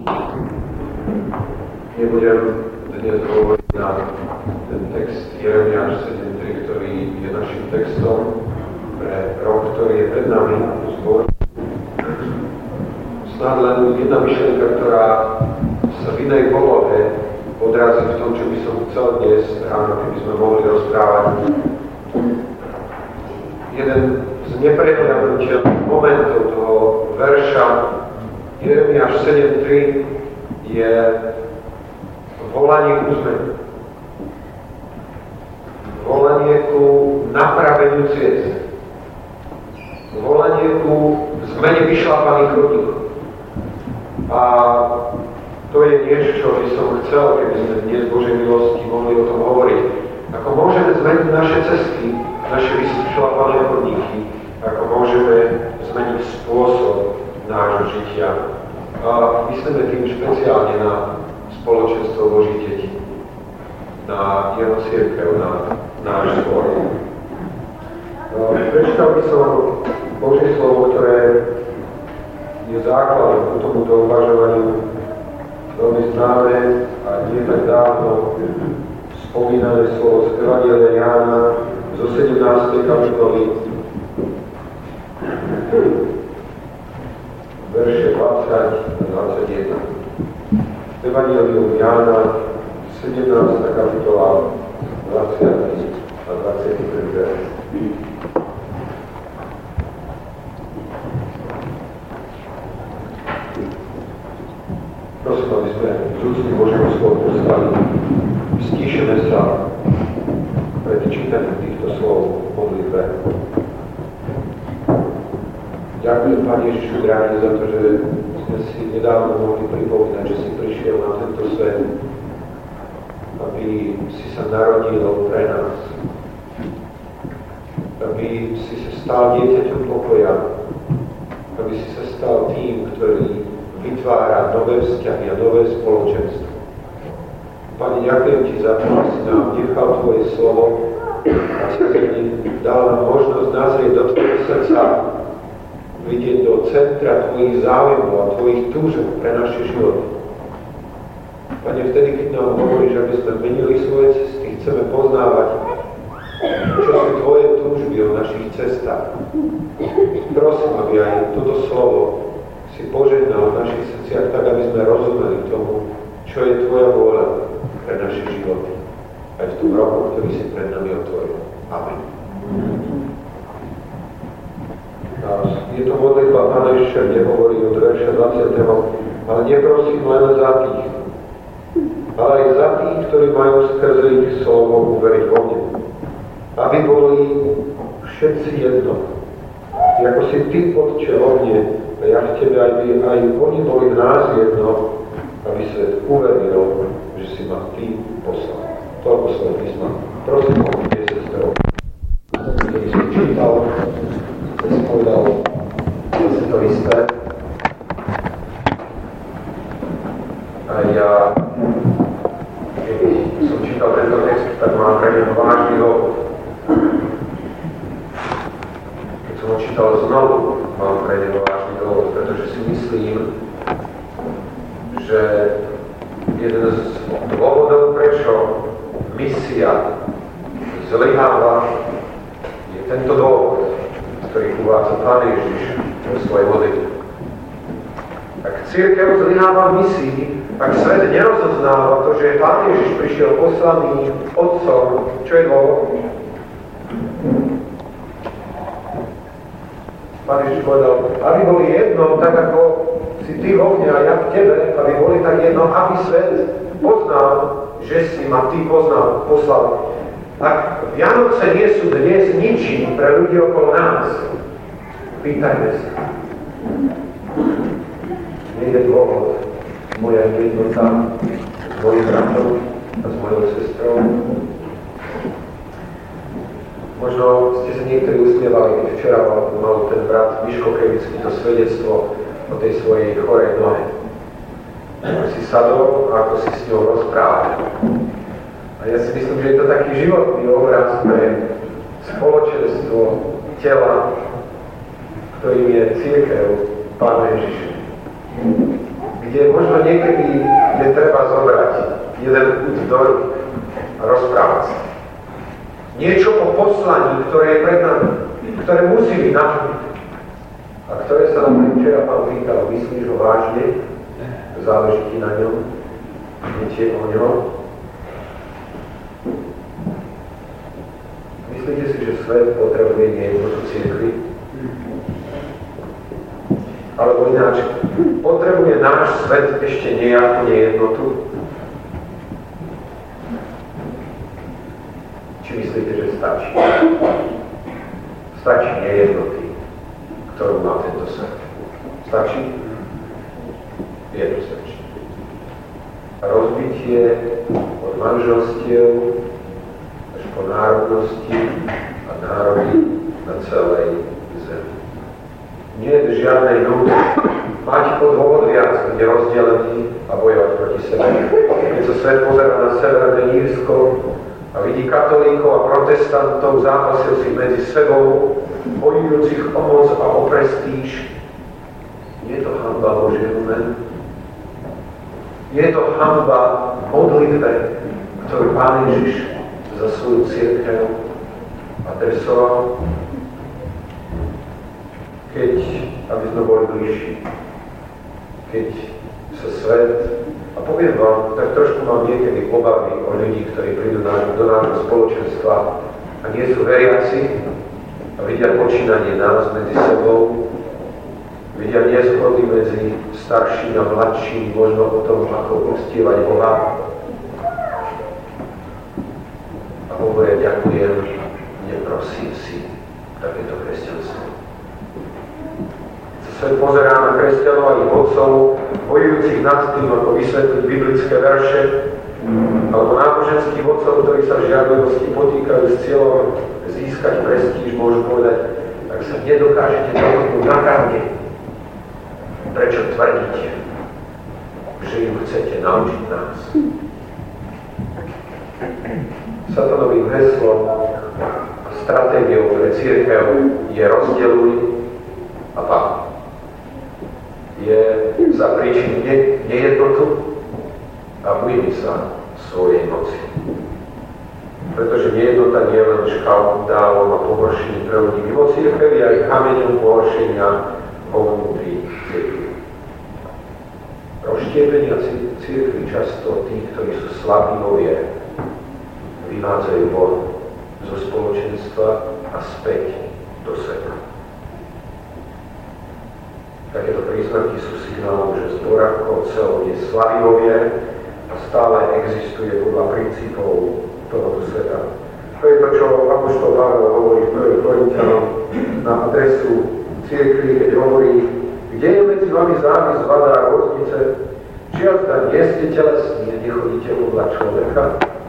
Nebudem dnes hovoriť na ten text Jeremiáš 7.3, ktorý je našim textom pre rok, ktorý je pred nami zbor. Snad len jedna myšlienka, ktorá sa v inej polohe odrazí v tom, čo by som chcel dnes ráno, keby sme mohli rozprávať. Jeden z neprehľadnutelných momentov toho verša Jeremiáš 7.3 je volanie ku zmene. Volanie ku napraveniu ciest. Volanie ku zmene vyšlapaných chodníkov. A to je niečo, čo by som chcel, keby sme dnes v Božej milosti mohli o tom hovoriť. Ako môžeme zmeniť naše cesty, naše vyšlapané chodníky, ako môžeme zmeniť spôsob nášho žitia. A myslíme tým špeciálne na spoločenstvo Božích detí, na jeho cirkev, na náš zbor. Prečítal by som Božie slovo, ktoré je základom k tomuto uvažovaniu, veľmi známe a nie tak dávno spomínané slovo z Evanjelia Jána zo 17. kapitoly, verše 20 a 21. Evanjelium Jána, 17. kapitola, 20. a 21. verš. Prosím, aby sme z úcty Božieho slova povstali, stíšeme sa pred čítaním týchto slov v modlitbe. Ďakujem, Pane Ježišu, drahý, za to, že sme si nedávno mohli pripomínať, že si prišiel na tento svet, aby si sa narodil pre nás, aby si sa stal dieťaťom pokoja, aby si sa stal tým, ktorý vytvára nové vzťahy a nové spoločenstvo. Pane, ďakujem Ti za to, že si nám nechal Tvoje slovo a si dal nám možnosť nazrieť do Tvojho srdca, vidieť do centra Tvojich záujmov a Tvojich túžeb pre naše životy. Pane, vtedy, keď nám hovoríš, aby sme menili svoje cesty, chceme poznávať, čo sú Tvoje túžby o našich cestách. Prosím, aby aj toto slovo si požehnal v našich srdciach tak, aby sme rozumeli tomu, čo je Tvoja vôľa pre naše životy. Aj v tom roku, ktorý si pred nami otvoril. Amen. Je to modlitba Pána Ježiša, kde hovorí od verša 20. Ale neprosím len za tých, ale aj za tých, ktorí majú skrze ich slovo uveriť vo mne. Aby boli všetci jedno. Ako si Ty, Otče, vo mne, a ja v Tebe, aj oni boli v nás jedno, aby svet uveril, že si ma Ty poslal. Toľko svojho písma. Prosím, kde sestrou. Keď som čítal, som povedal, že si to isté. A ja, keď som čítal tento text, tak mám pre neho vážny dôvod. Keď som ho čítal znovu, mám pre neho vážny dôvod, pretože si myslím, že jeden z dôvodov, prečo misia zlyháva, je tento dôvod, ktorý uvádza Pán Ježiš vo svojej modlitbe. Ak cirkev zlyháva v misii, ak svet nerozoznáva to, že Pán Ježiš prišiel poslaný Otcom, čo je dôvod? Pán Ježiš povedal, aby boli jedno, tak ako si Ty vo mne a ja v Tebe, aby boli tak jedno, aby svet poznal, že si ma Ty poslal. Ak Vianoce nie sú dnes ničím pre ľudí okolo nás, pýtajme sa. Nie je dôvod moja jednota s mojim bratom a s mojou sestrou. Možno ste sa niektorí usmievali, keď včera mal ten brat Miško Kevický to svedectvo o tej svojej chorej nohe. Ako si sadol a ako si s ňou rozprával. A ja si myslím, že je to taký životný obraz pre spoločenstvo tela, ktorým je cirkev Pána Ježiša. kde možno niekedy je treba zobrať jeden púd do ruky a rozprávať sa. Niečo o poslaní, ktoré je pred nami, ktoré musí byť naplnené. A ktoré sa nám včera pán pýtal, myslíš ho vážne? Záleží ti na ňom? Viete o ňom? Myslíte si, že svet potrebuje nejednotu cirkvi? Alebo ináč, potrebuje náš svet ešte nejakú nejednotu? Či myslíte, že stačí? Stačí nejednoty, ktorú má tento svet. Stačí? Jednoznačne. Rozbitie od manželstiev až po národnosti a národy na celej zemi. Nie je žiadnej núdy. Máte pod dôvod viac, kde rozdelení a bojovať proti sebe. Keď sa svet pozerá na Severné Írsko a vidí katolíkov a protestantov zápasiacich medzi sebou, bojujúcich o moc a o prestíž, je to hanba Božiemu menu. Je to hanba modlitbe, ktorú Pán Ježiš za svoju cirkev adresoval. Keď, aby sme boli bližší, keď sa svet, a poviem vám, tak trošku mám niekedy obavy o ľudí, ktorí prídu do nášho spoločenstva a nie sú veriaci a vidia počínanie nás medzi sebou, vidia nezhody medzi starším a mladším, možno o tom, ako uctievať Boha. A hovoria, ďakujem, neprosím si takéto kresťanstvo. Svet pozerá na kresťanov a ich vodcov, bojujúcich nad tým, ako vysvetliť biblické verše, alebo náboženských vodcov, ktorí sa v žiarlivosti potýkajú s cieľom získať prestíž, môžu povedať, tak sa nedokážete dohodnúť na pravde. Prečo tvrdíte, že ju chcete naučiť nás? Satanovým heslom a stratégiou pre cirkev je rozdeľuj a pád. Je za príčinu nejednotu a ujmi sa svojej moci. Pretože nejednota nie je len škandálom a pohoršením pre ľudí mimo cirkev, je aj kameňom pohoršenia vo vnútri cirkvi. Rozštiepenia cirkvi často tí, ktorí sú slabí vo viere, vyvádzajú von zo spoločenstva a späť do sveta. Takéto príznaky sú signálom, že zbor ako celok je slabý vo viere a stále existuje podľa princípov tohoto sveta. To je to, čo apoštol Pavel hovorí v 1. Korinťanom na adresu cirkvi, keď hovorí, kde je medzi vami závis, vada a rôznice, či azda nie ste telesní a nechodíte podľa človeka.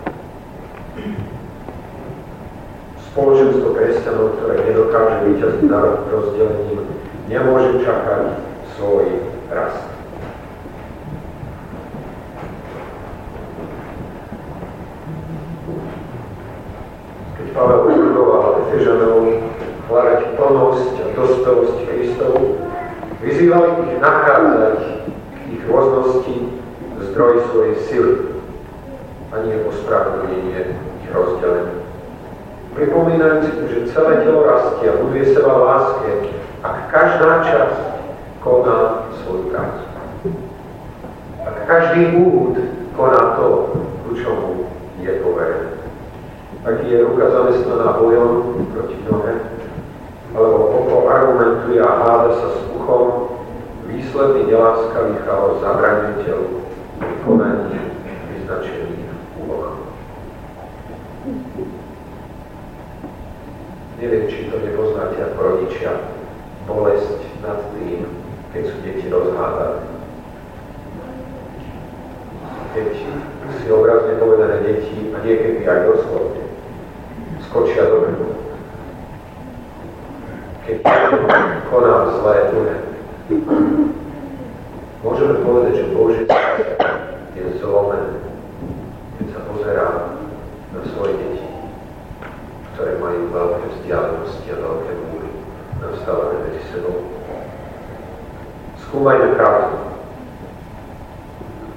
Spoločenstvo kresťanov, ktoré nedokáže víťaziť národ rozdelením, nemôže čakať svoj rast. Keď Pavel usiloval Efežanom hľadať plnosť a dospelosť Kristovu, vyzývali ich nachádzať ich rôznosti zdroj svojej sily a nie ospravedlnenie ich rozdelenia. Pripomínajúci tu, že celé telo rastie a buduje seba v láske, ak každá časť koná svoju prácu. Ak každý úd koná to, ku čomu je poverené. Ak je ruka zamestnaná bojom proti nohe, alebo oko argumentuje a háda sa s uchom, výsledný neláskavý chaos zabraňuje telu pri konaní vyznačených úloh. Neviem, či to nepoznáte ako rodičia, bolesť nad tým, keď sú deti rozhádané. Keď si obrazne povedané deti, a niekedy aj doslovne, skočia do krvu. Keď koná zlé druhé. Môžeme povedať, že Božie je zlomené, keď sa pozerá na svoje deti, ktoré majú veľké vzdialenosti a veľké múry navstávané medzi sebou. Skúmajme pravdu.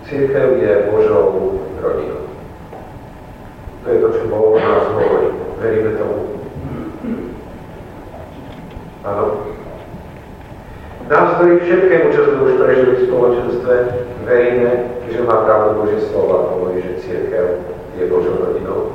Cirkev je Božou rodinou. To je to, čo Boh o nás hovorí. Veríme tomu? Áno. Navzdory všetkému, čo sme už prežili v spoločenstve, veríme, že má pravdu Božie slovo a hovorí, že cirkev je Božou rodinou.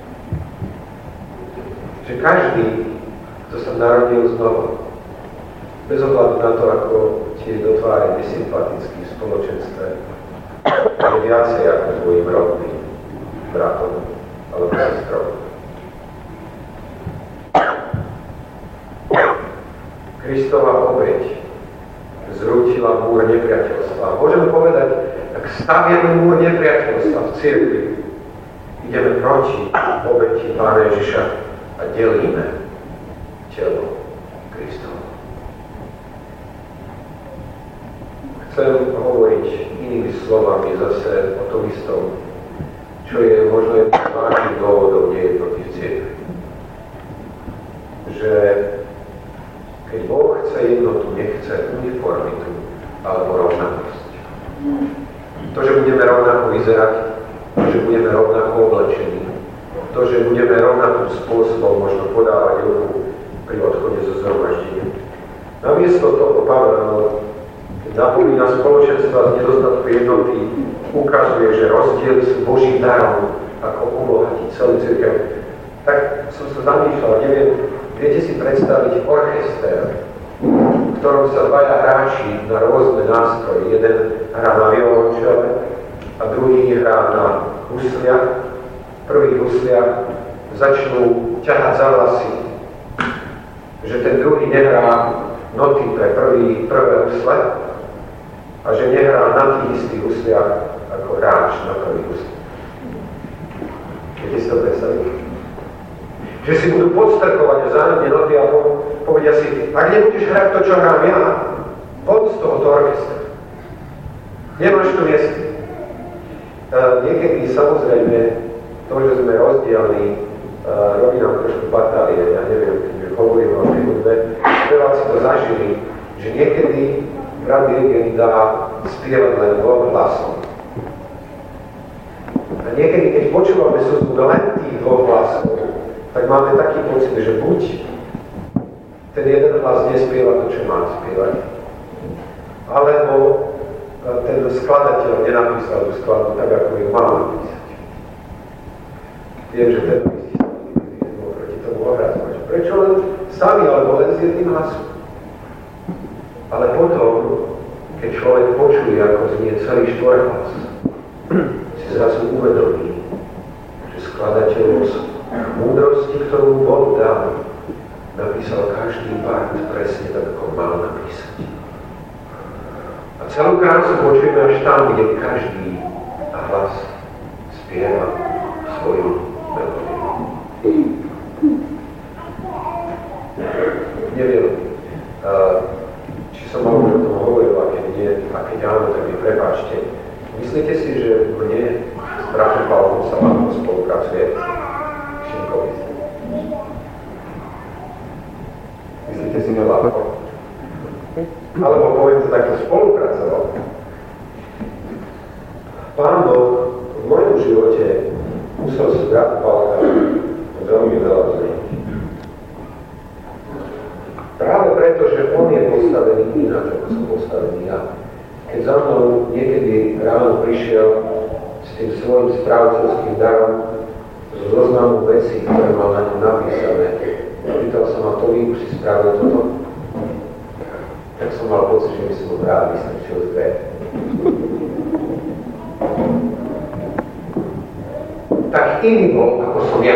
Že každý, kto sa narodil znova, bez ohľadu na to, ako ti je do tváre nesympatický v spoločenstve, je viacej ako tvojim rodným bratom alebo sestrou. Kristova obeť zrútila múr nepriateľstva. Môžeme povedať, ak staviame múr nepriateľstva v cirkvi, ideme proti obeti Pána Ježiša a delíme telo Kristovo. Chcem hovoriť inými slovami zase o tom istom, čo je možno jedným z vážnych dôvodov nejednoty v cirkvi. Že keď Boh chce jednotu, nechce uniformitu alebo rovnakosť. To, že budeme rovnako vyzerať, to, že budeme rovnako oblečení, to, že budeme rovnakým spôsobom možno podávať ruku pri odchode zo zhromaždenia. Namiesto toho Pavel, keď napomína spoločenstva z nedostatku jednoty, ukazuje, že rozdiely sú Božím darom, ako obohatiť celú cirkev. Tak som sa zamýšľal, neviem, viete si predstaviť orchester, v ktorom sa dvaja hráči na rôzne nástroje. Jeden hrá na violončele a druhý hrá na husliach. Prvý husliach začnú ťahať za vlasy, že ten druhý nehrá noty pre prvé husle a že nehrá na tých istých husliach ako hráč na prvý husle. Viete si to predstaviť? Že si budú podstrkovať vzájomne noty a povedia si, ak nebudeš hrať to, čo hrám ja, poď z tohoto orchestra. Nemáš tu miesto. Niekedy samozrejme to, že sme rozdielni, robí nám trošku batálie. Ja neviem, keď hovorím o tej hudbe, speváci to zažili, že niekedy brat dirigent dá spievať len dvom hlasom. A niekedy, keď počúvame súzbu len tých dvoch hlasov, tak máme taký pocit, že buď ten jeden hlas nespieva to, čo má spievať, alebo ten skladateľ nenapísal tú skladbu tak, ako ju má napísať. Viem, že ten by proti tomu ohrazovať. Prečo len sami, alebo len s jedným hlasom? Ale potom, keď človek počuje, ako znie celý štvorhlas, si zrazu uvedomí, že skladateľ múdrosti, ktorú Boh dal, napísal každý part presne tak, ako mal napísať. A celú krásu počujeme až tam, kde každý hlas spieva svoju melódiu. Neviem, či som mal už o tom hovoril, a keď nie, a keď áno, tak mi prepáčte. Myslíte si, že mne s bratom Pavlom sa vám spolupracuje? Myslíte si to ľahko? Alebo poviem to takto, spolupracoval. Pán Boh v mojom živote musel si brata Pavla veľmi veľa zmeniť. Práve preto, že on je postavený ináč, ako som postavený ja. Keď za mnou niekedy ráno prišiel s tým svojím správcovským darom zo zoznamu vecí, ktoré mal na ňom napísané, pýtal som ma, to vy už si spravil toto? Tak som mal pocit, že by som mu rád vystačil z dve. Tak iný bol, ako som ja.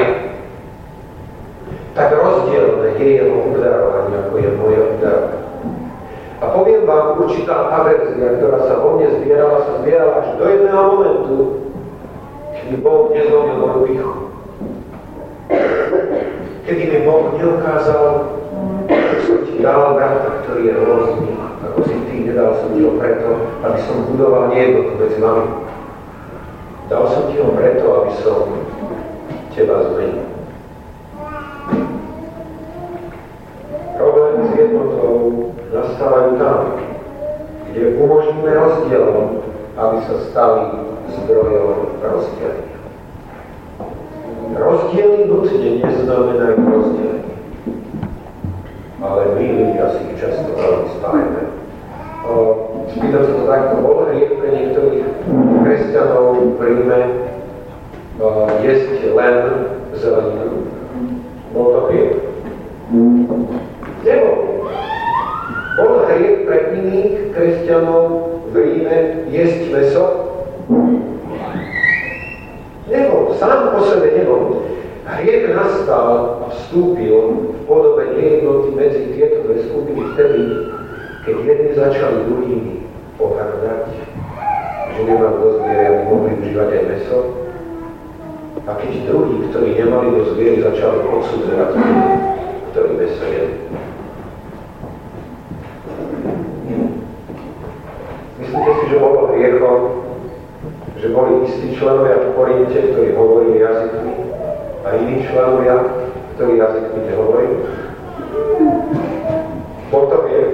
Tak rozdielne je jeho obdarovanie, ako je moje obdarovanie. A poviem vám, určitá averzia, ktorá sa vo mne zbierala, sa zbierala až do jedného momentu, keď mi Boh nezlomil moju pýchu. Kedy mi Boh neukázal, že som ti dal brata, ktorý je rôzny, ako si ty, nedal som ti ho preto, aby som budoval nejednotu medzi vami. Dal som ti ho preto, aby som teba zmenil. Problém s jednotou nastávajú tam, kde umožníme rozdielom aby sa stali zdrojom rozdelenia. Rozdiely nutne neznamenajú rozdelenie, ale my ľudia si ich často veľmi spájame. Spýtam sa to takto, bol hriech pre niektorých kresťanov v Ríme jesť len zeleninu? Bol to hriech? Nebol. Bol hriech pre iných kresťanov v Ríme jesť mäso? Nebol. Sám po sebe nebol. Hriech nastal a vstúpil v podobe nejednoty medzi tieto dve skupiny vtedy, keď jedni začali druhými pohrdať, že nemajú dosť viery, aby mohli užívať aj mäso, a keď druhí, ktorí nemali dosť viery, začali odsudzovať tých, ktorí mäso jedli. Myslíte si, že bolo hriechom, že boli istí členovia v Korinte, ktorí hovorili jazykmi, a iní členovia, ktorí jazykmi nehovorili? Bol to hriech?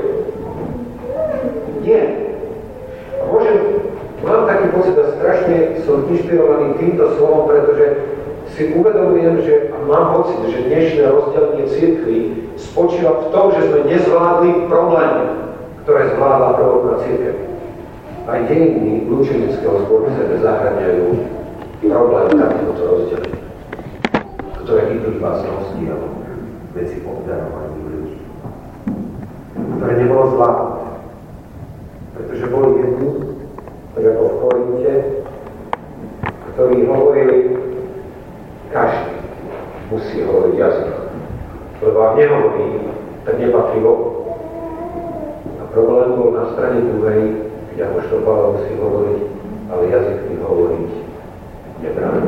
Nie. A mám taký pocit a strašne som inšpirovaný týmto slovom, pretože si uvedomujem, že mám pocit, že dnešné rozdelenie cirkvi spočíva v tom, že sme nezvládli problémy, ktoré zvládla prvotná cirkev. Aj dejiny Lučenického zboru v sebe zahŕňajú problém takéhoto rozdelenia, ktoré vyplýva z rozdielu medzi obdarovaním ľudí, ktoré nebolo zvládnuté. Pretože boli jedni, tak ako v Korinte, ktorí hovorili, každý musí hovoriť jazyk. Lebo ak nehovorí, tak nepatrí Bohu. A problém bol na strane druhej, keď apoštol Pavol musí hovoriť, ale jazykmi hovoriť nebrániť.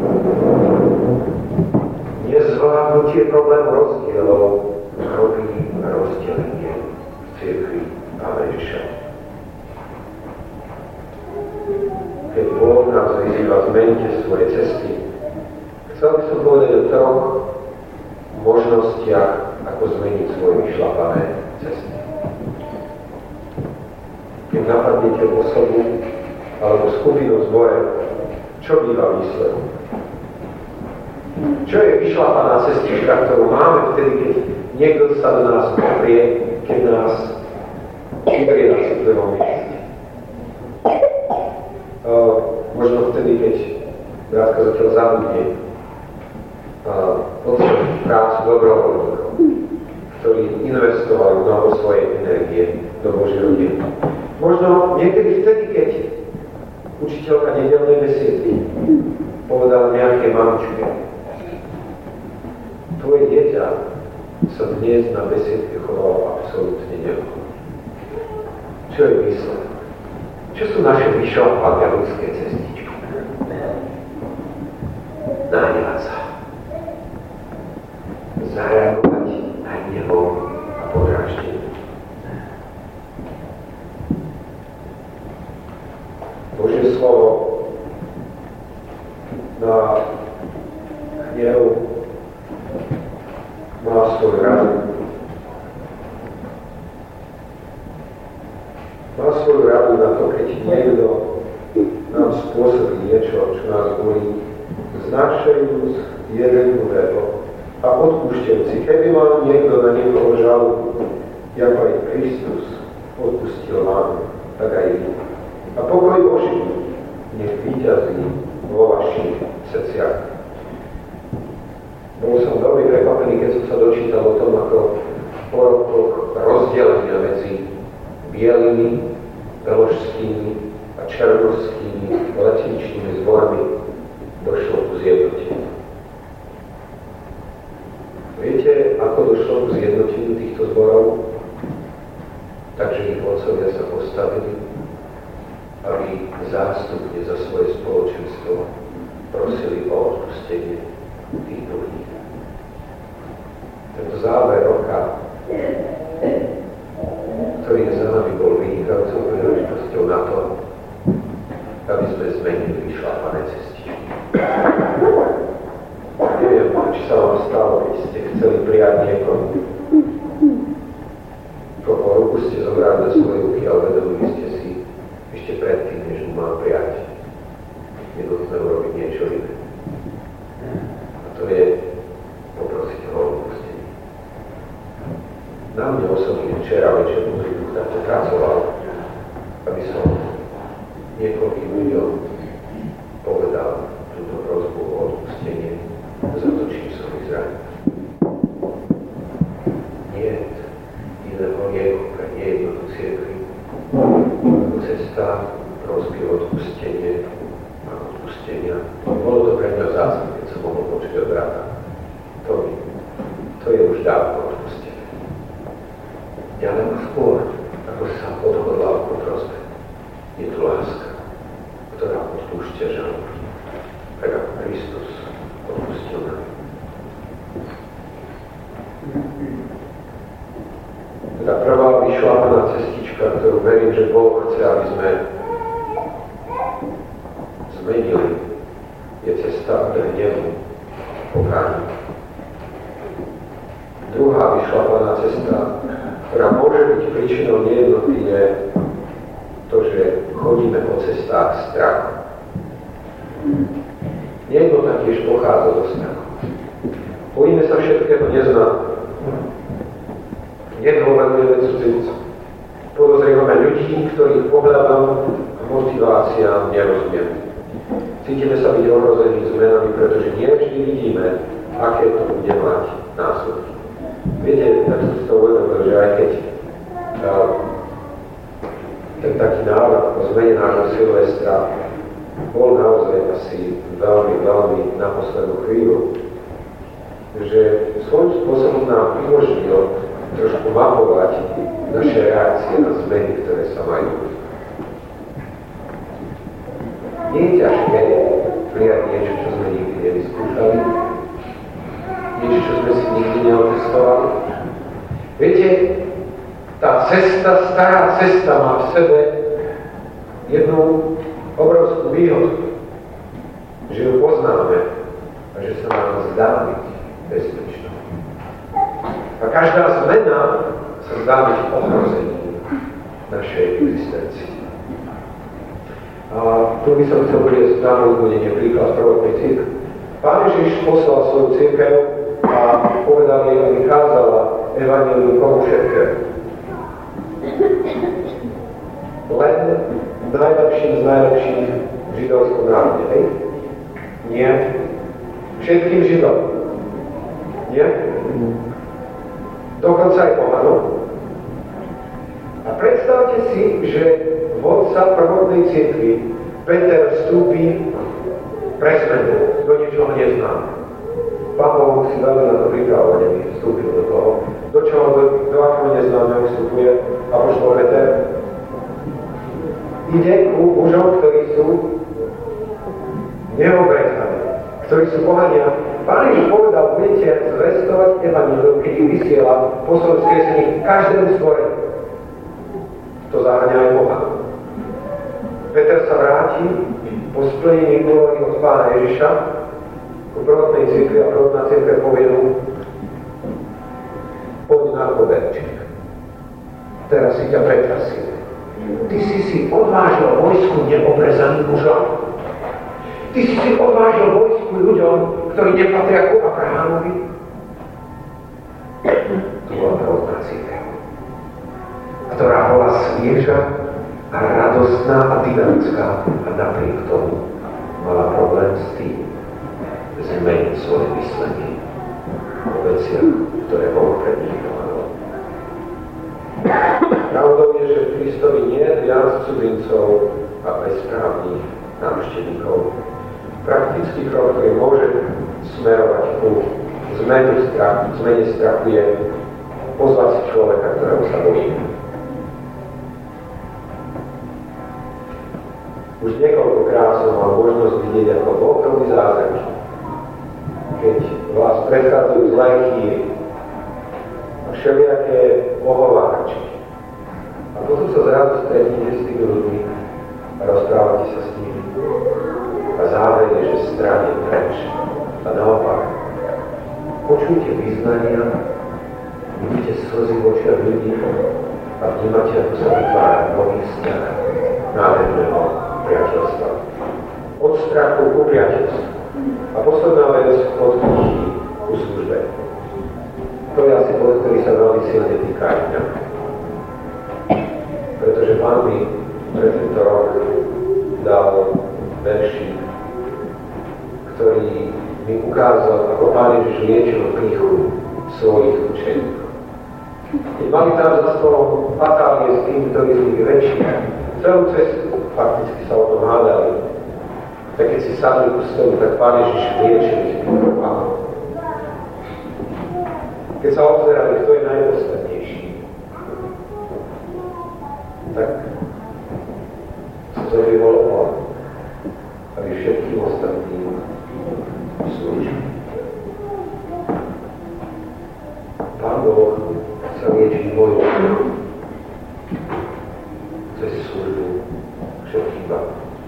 Nezvládnutie problému rozdielov robí rozdelenie v cirkvi Pána Ježiša. Keď Boh nás vyzýva, zmente svoje cesty. Chcel by som povedať o troch možnostiach, ako zmeniť svoje vyšlapané cesty. Keď napadnete osobu alebo skupinu v zbore, čo býva výsledok? Čo je vyšlapaná cestička, ktorú máme vtedy, keď niekto sa do nás poprie, keď nás ubrie na citlivom mieste? Možno vtedy, keď bratkazateľ zabudne odsúť prácu dobrovoľníkov, ktorí investovali mnoho svojej energie do Božieho diela. Možno niekedy vtedy, keď učiteľka nedeľnej besiedky povedala nejakej mamičke: tvoje dieťa sa dnes na besiedke chovalo absolútne nevhodne. Čo je výsledok? Čo sú naše vyšlapané ľudské cestičky? Nahnevať sa. Zareagovať aj hnevom a podráždením. Božie slovo na hnev má svoju radu. Má svoju radu na to, keď niekto nám spôsobí niečo, čo nás bolí, znášajúc jeden druhého a odpúšťajúci. Keby mal niekto na niekoho žalobu, ako aj Kristus odpustil vám, tak aj vy. A pokoj Boží nech víťazí vo vašich srdciach. Bol som veľmi prekvapený, keď som sa dočítal o tom, ako po rokoch rozdelenia medzi bielými, veložskými a černovskými letničnými zbormi došlo ku zjednoteniu. Viete, ako došlo k zjednoteniu týchto zborov? Takže ich otcovia sa postavili, aby zástupne za svoje spoločenstvo prosili o odpustenie tých druhých. Tento záver roka, ktorý je za nami, bol vynikajúcou príležitosťou na to, aby sme zmenili vyšlapané cestičky. Neviem, či sa vám stalo, keď ste chceli prijať niekoho, koho ruku ste zobrali do svojej ruky, ale vedomili ste si ešte predtým, než mu niečo iné. A to je poprosiť ho o odpustenie. Na mne osobne včera večer Boží duch takto pracoval, aby som niekoľkým ľuďom povedal túto prosbu o odpustenie za to, čím som ich zranil. Nie iného lieku pre nejednotú cirkvi, ako cesta prosby o odpustenie a odpustenia. Bolo to pre mňa vzácne, keď som mohol počuť od brata. To je už dávno odpustenie. Ďaleko skôr, ako sa odhodlal po prosbe, je to láska, ktorá odpúšťa žalú, tak ako Kristus odpustil nám. Tá prvá vyšlápaná cestička, ktorú verím, že Boh chce, aby sme zmenili, je cesta od hnevu pokániu. Druhá vyšlápaná cesta, ktorá môže byť príčinou nejednoty, je to, že chodíme po cestách strachu. Nejednota tiež pochádza zo strachu. Bojíme sa všetkého neznámeho. Nedôverujeme cudzincom. Podozrievame ľudí, ktorých pohľadom a motiváciám nerozumieme. Cítime sa byť ohrození zmenami, pretože nie vždy vidíme, aké to bude mať následky. Viete, tak som si to uvedomil, že aj keď ten taký návrat po zmene nášho Silvestra bol naozaj asi veľmi, veľmi na poslednú chvíľu, že svojím spôsobom nám umožnil trošku mapovať naše reakcie na zmeny, ktoré sa majú. Nie je ťažké prijať niečo, čo sme nikdy nevyskúšali, niečo, čo sme si nikdy neotestovali. Viete, tá cesta, stará cesta má v sebe jednu obrovskú výhodu, že ju poznáme a že sa nám zdá byť bezpečná. A každá zmena sa zdá byť ohrozením našej existencie. A tu by som chcel uviesť na úvodenie príklad prvotnej cirkvi. Pán Ježiš poslal svoju cirkev a povedal jej, aby kázala evanjelium komu všetkému. Len najlepším z najlepších v židovskom národe, hej? Nie. Všetkým Židom. Nie. Dokonca aj pohanom. A predstavte si, že vodca prvotnej cirkvi Peter vstúpi pre zmenu do niečoho neznámeho. Pán Boh si veľmi na to pripravený, vstúpil do toho. Do akého neznámeho vstupuje apoštol Peter? Ide ku mužom, ktorí sú neobrezaní, ktorí sú pohania. Pán Ježiš povedal, budete zvestovať evanjelium, keď ich vysiela poslal vzkriesení každému stvoreniu. To zahrania aj Boha. Peter sa vráti po splnení úlohy od Pána Ježiša ku prvotnej cirkvi a prvotná cirkev povie mu, poď na koberček. Teraz si ťa pretrasím. Ty si odvážil vojsku neobrezaných mužov. Ty si odvážil vojsku ľuďom, ktorí nepatria ku Abrahamovi. To bola prvotná cirkev, ktorá bola svieža a radostná a dynamická a napriek tomu mala problém s tým zmeniť svoje myslenie o veciach, ktoré Boh pred nimi plánoval. Pravdou je, že v Kristovi nie je viac cudzincov a bezprávnych návštevníkov. Praktický krok, ktorý môže smerovať ku zmene strachu, je pozvať si človeka, ktorého sa bojíme. Už niekoľkokrát som mal možnosť vidieť, ako Boh robí zázraky, keď vás predchádzajú zlé chýry a všelijaké ohováračky. A potom sa zrazu stretnete s tými ľuďmi a rozprávate sa s nimi. A záver je, že strach je preč. A naopak, počujte vyznania, vidíte slzy v očiach ľudí a vnímate, ako sa vytvára nový vzťah nádherného priateľstva. od strachu ku priateľstvu. A posledná vec, od pýchy ku službe. To je asi bod, ktorý sa veľmi silne týka aj mňa. Pretože Pán mi pre tento rok dal veršík, ktorý mi ukázal, ako Pán Ježiš liečil pýchu svojich učeníkov. Keď mali tam za stolom batálie s tým, ktorí boli väčší, celú cestu fakticky sa o tom hádali. Tak keď si sadli ku stolu, tak Pán Ježiš liečil ich pýchou. Keď sa obzerali, kto je najposlednejší, tak sa to vyvolal on, aby všetkým ostatným slúžil. Pán Boh sa liečiť mojou cez službu všetkým vám.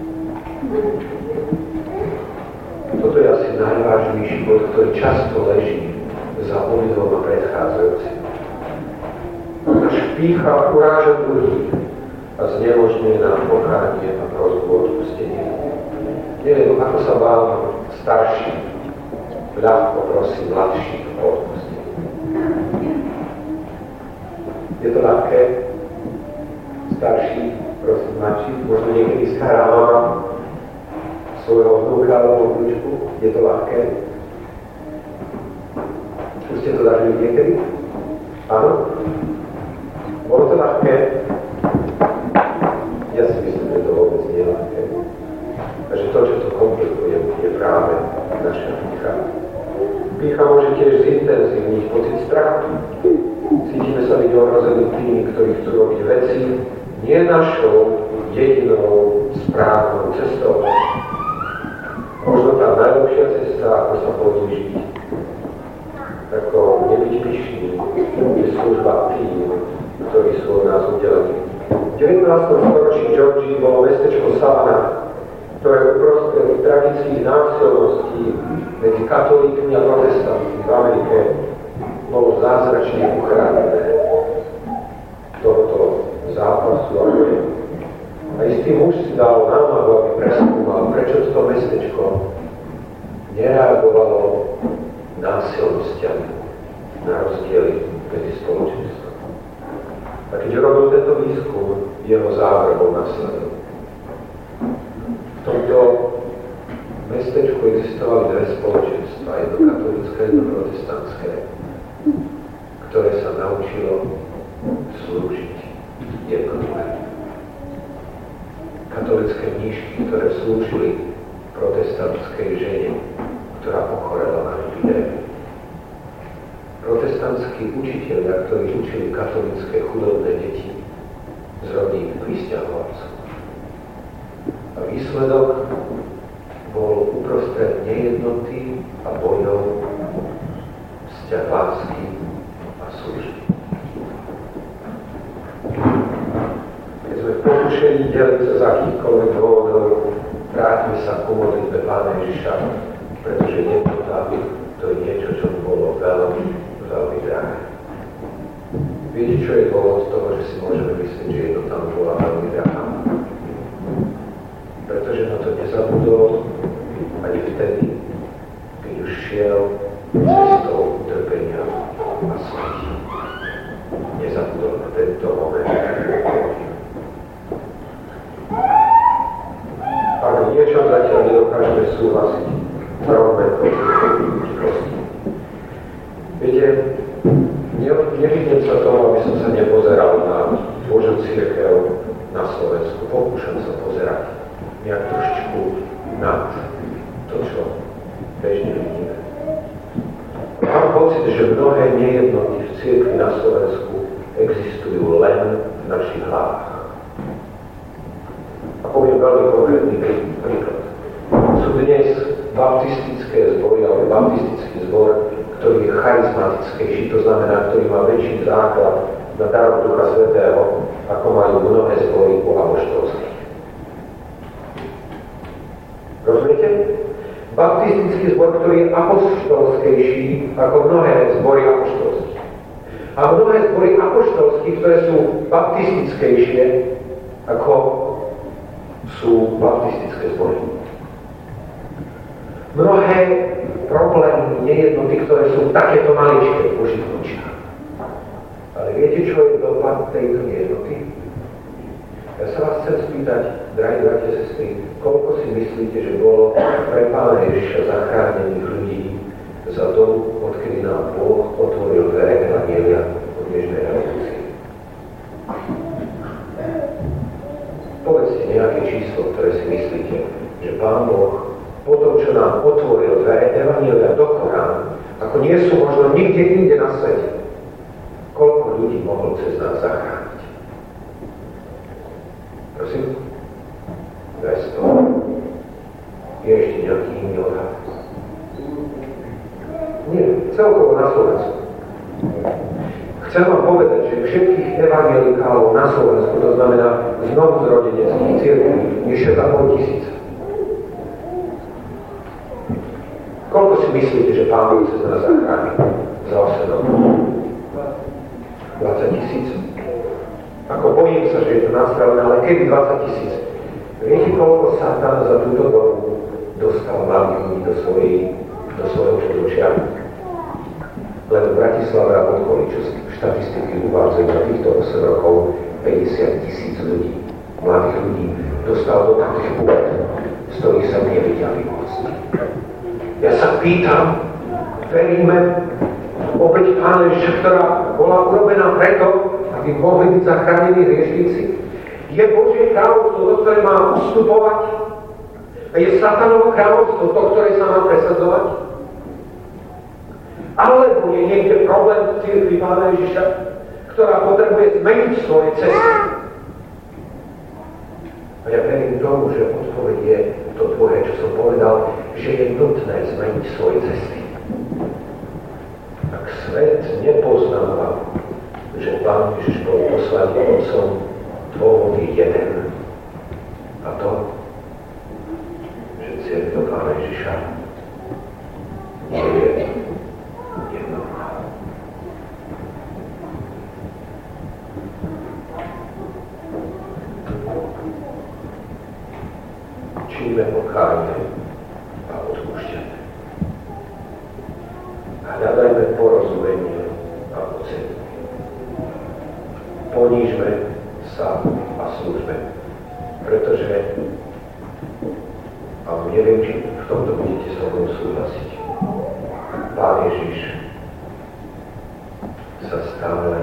Toto je asi najvážnejší bod, ktorý často leží za obidvom a predchádzajúcim. Naša pýcha uráža druhých a znemožňuje nám pokánie a prosbu o odpustenie. Neviem, ako sa vám starší ľahko prosí mladších o odpustenie. Je to ľahké? Starší prosí mladších? Možno niekedy stará mama svojho vnúka alebo vnúčku? Je to ľahké? Už ste to zažili niekedy? Áno? Bolo to ľahké? Ja si myslím, že to vôbec nie je ľahké. Takže to, čo to komplikuje, je práve naša pýcha. Pýcha môže tiež zintenzívniť pocit strachu. Cítime sa byť ohrození tými, ktorí chcú robiť veci nie našou jedinou správnou cestou. Možno tá najlepšia cesta, ako sa podlížiť, ako nebyť pyšný, je služba tým, ktorí sú od nás udelení. V 19. storočí Georgii bolo mestečko Savannah, ktoré uprostred tragických násilností medzi katolíkmi a protestantmi v Amerike bolo zázračne uchránené tohto zápasu a boja. A istý muž si dal námahu, aby preskúmal, prečo toto mestečko nereagovalo násilnosťami na rozdiely medzi spoločenstvom. A keď robil tento výskum, jeho záver bol nasledovný. V tomto mestečku existovali dve spoločenstva, jedno katolícke, jedno protestantské, ktoré sa naučilo slúžiť jednoduché. Katolícke mníšky, ktoré slúžili protestantskej žene, ktorá ochorela na epidémiu. Protestantskí učitelia, ktorí učili katolícke chudobné deti z rodín prisťahovalcov. A výsledok bol uprostred nejednoty a bojov vzťah lásky a služby. Keď sme v pokušení deliť sa z akýchkoľvek dôvodov, vráťme sa ku modlitbe Pána Ježiša, pretože jednota to je niečo, čo bolo veľmi, veľmi drahé. Viete, čo je dôvod toho, že si môžeme myslieť, že jednota bola veľmi drahá? Pretože na to nezabudol ani vtedy, keď už šiel cestou utrpenia a smrti. Nezabudol na tento moment. Ak niečo zatiaľ nedokážeme súhlasiť, robme to proste. Viete, nevidím sa toho, aby som sa nepozeral na Božiu cirkev na Slovensku. Pokúšam sa pozerať nejak trošičku nad to, čo bežne vidíme. Mám pocit, že mnohé nejednoty v cirkvi na Slovensku existujú len v našich hlavách. A poviem veľmi konkrétny príklad. Sú dnes baptistické zbory, alebo baptistický zbor, ktorý je charizmatickejší, to znamená, ktorý má väčší základ na darom Ducha Svätého, ako majú mnohé zbory u apoštolských. Rozumiete? Baptistický zbor, ktorý je apoštolskejší ako mnohé zbory apoštolských. A mnohé zbory apoštolských, ktoré sú baptistickejšie ako sú baptistické zbory. mnohé problémy, nejednoty, ktoré sú takéto maličké v Božích očiach. Ale viete, čo je dopad tejto nejednoty? Ja sa vás chcem spýtať, drahí bratia a sestry, koľko si myslíte, že bolo pre Pána Ježiša zachránených ľudí za dobu, odkedy nám Boh otvoril dvere evanjelia od dnešnej revolúcie? Povedzte nejaké číslo, ktoré si myslíte, že Pán Boh po tom, čo nám otvoril dvere evanjelia do Koránu, ako nie sú možno nikde inde na svete, koľko ľudí mohol cez nás zachrániť? Prosím? 200. Je ešte nejaký iný odhad? Nie, celkovo na Slovensku. Chcem vám povedať, že všetkých evangelikálov na Slovensku, to znamená znovu zrodeneckých cirkví, je 6,5 tisíc. Koľko si myslíte, že Pán Boh cez nás zachráni za 8 rokov? 20 tisíc? Ako bojím sa, že je to nastavené, ale keby 20 tisíc. Viete, koľko Satan za túto dobu dostal mladých ľudí do svojho podočia? Len v Bratislave a okolí, čo štatistiky uvádzajú na týchto 8 rokov, 50 tisíc ľudí, mladých ľudí, dostal do takých pôd, z ktorých sa nevedia vymôcť. Ja sa pýtam, veríme obeť Pána Ježiša, ktorá bola urobená preto, aby mohli byť zachránení hriešnici. Je Božie kráľovstvo, do ktoré má ustupovať? A je Satanovo kráľovstvo, to, ktoré sa má presadzovať? Alebo je niekde problém v cirkvi Pána Ježiša, ktorá potrebuje zmeniť svoje cesty? A ja verím tomu, že odpoveď je to tvoje, čo som povedal, že je nutné zmeniť svoje cesty. Ak svet nepoznáva, že Pán Ježiš bol poslaný Otcom, dôvod je jeden. A to, že cirkev Pána Ježiša nie je jednoduchá. Číme pokánie a odpúšťanie. Hľadajme porozumenie a ocenenie. Ponížme sa a slúžme, pretože, a neviem, či v tomto budete so mnou súhlasiť, Pán Ježiš sa stále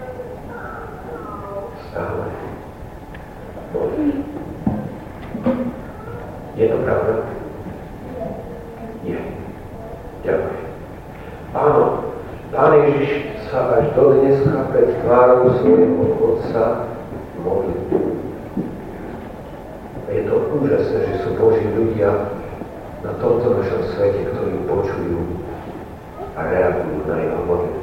modlí. Je to pravda? Je. Ďakujem. Áno, Pán Ježiš sa až do dneska pred tvárou svojho Otca modlí. Je to úžasné, že sú Boží ľudia na tomto našom svete, ktorí počujú a reagujú na jeho modlitbu.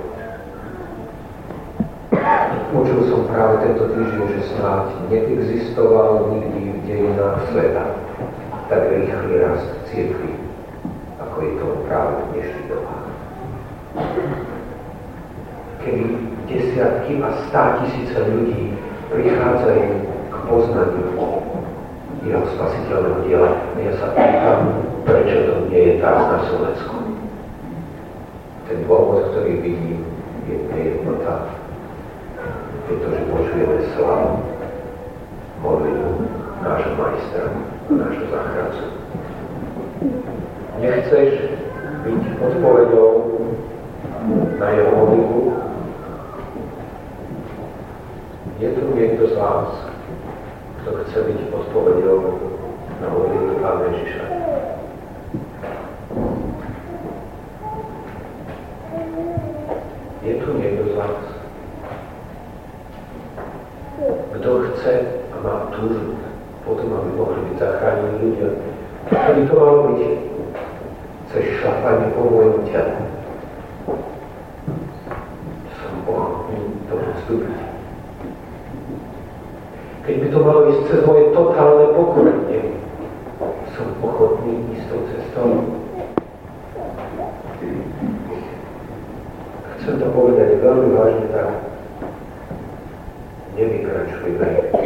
Počul som práve tento týždeň, že snáď neexistoval nikdy v dejinách sveta tak rýchly rast cirkvi, ako je to práve v dnešných dobách. Kedy desiatky a 100 tisíce ľudí prichádzajú k poznaniu jeho spasiteľného diela. Ja sa pýtam, prečo to nie je tak na Slovensku. Ten dôvod, ktorý vidím, je nejednota. Pretože počujeme slavu, modlitbu nášho majstra, nášho záchrancu. Nechceš byť odpoveďou na jeho modlitbu? Je tu niekto z vás, kto chce byť odpoveďou na modlitbu Pána Ježiša? Je tu niekto z vás, kto chce a má túžbu potom, aby mohli byť zachránení ľudia? Čo by to malo byť? Chceš šlapanie po mojom tele? Som ochotný to vstúpiť. Keď by to malo ísť cez moje totálne pokorenie, som ochotný ísť tou cestou. Chcem to povedať veľmi vážne tak. Nevykračuj veľmi.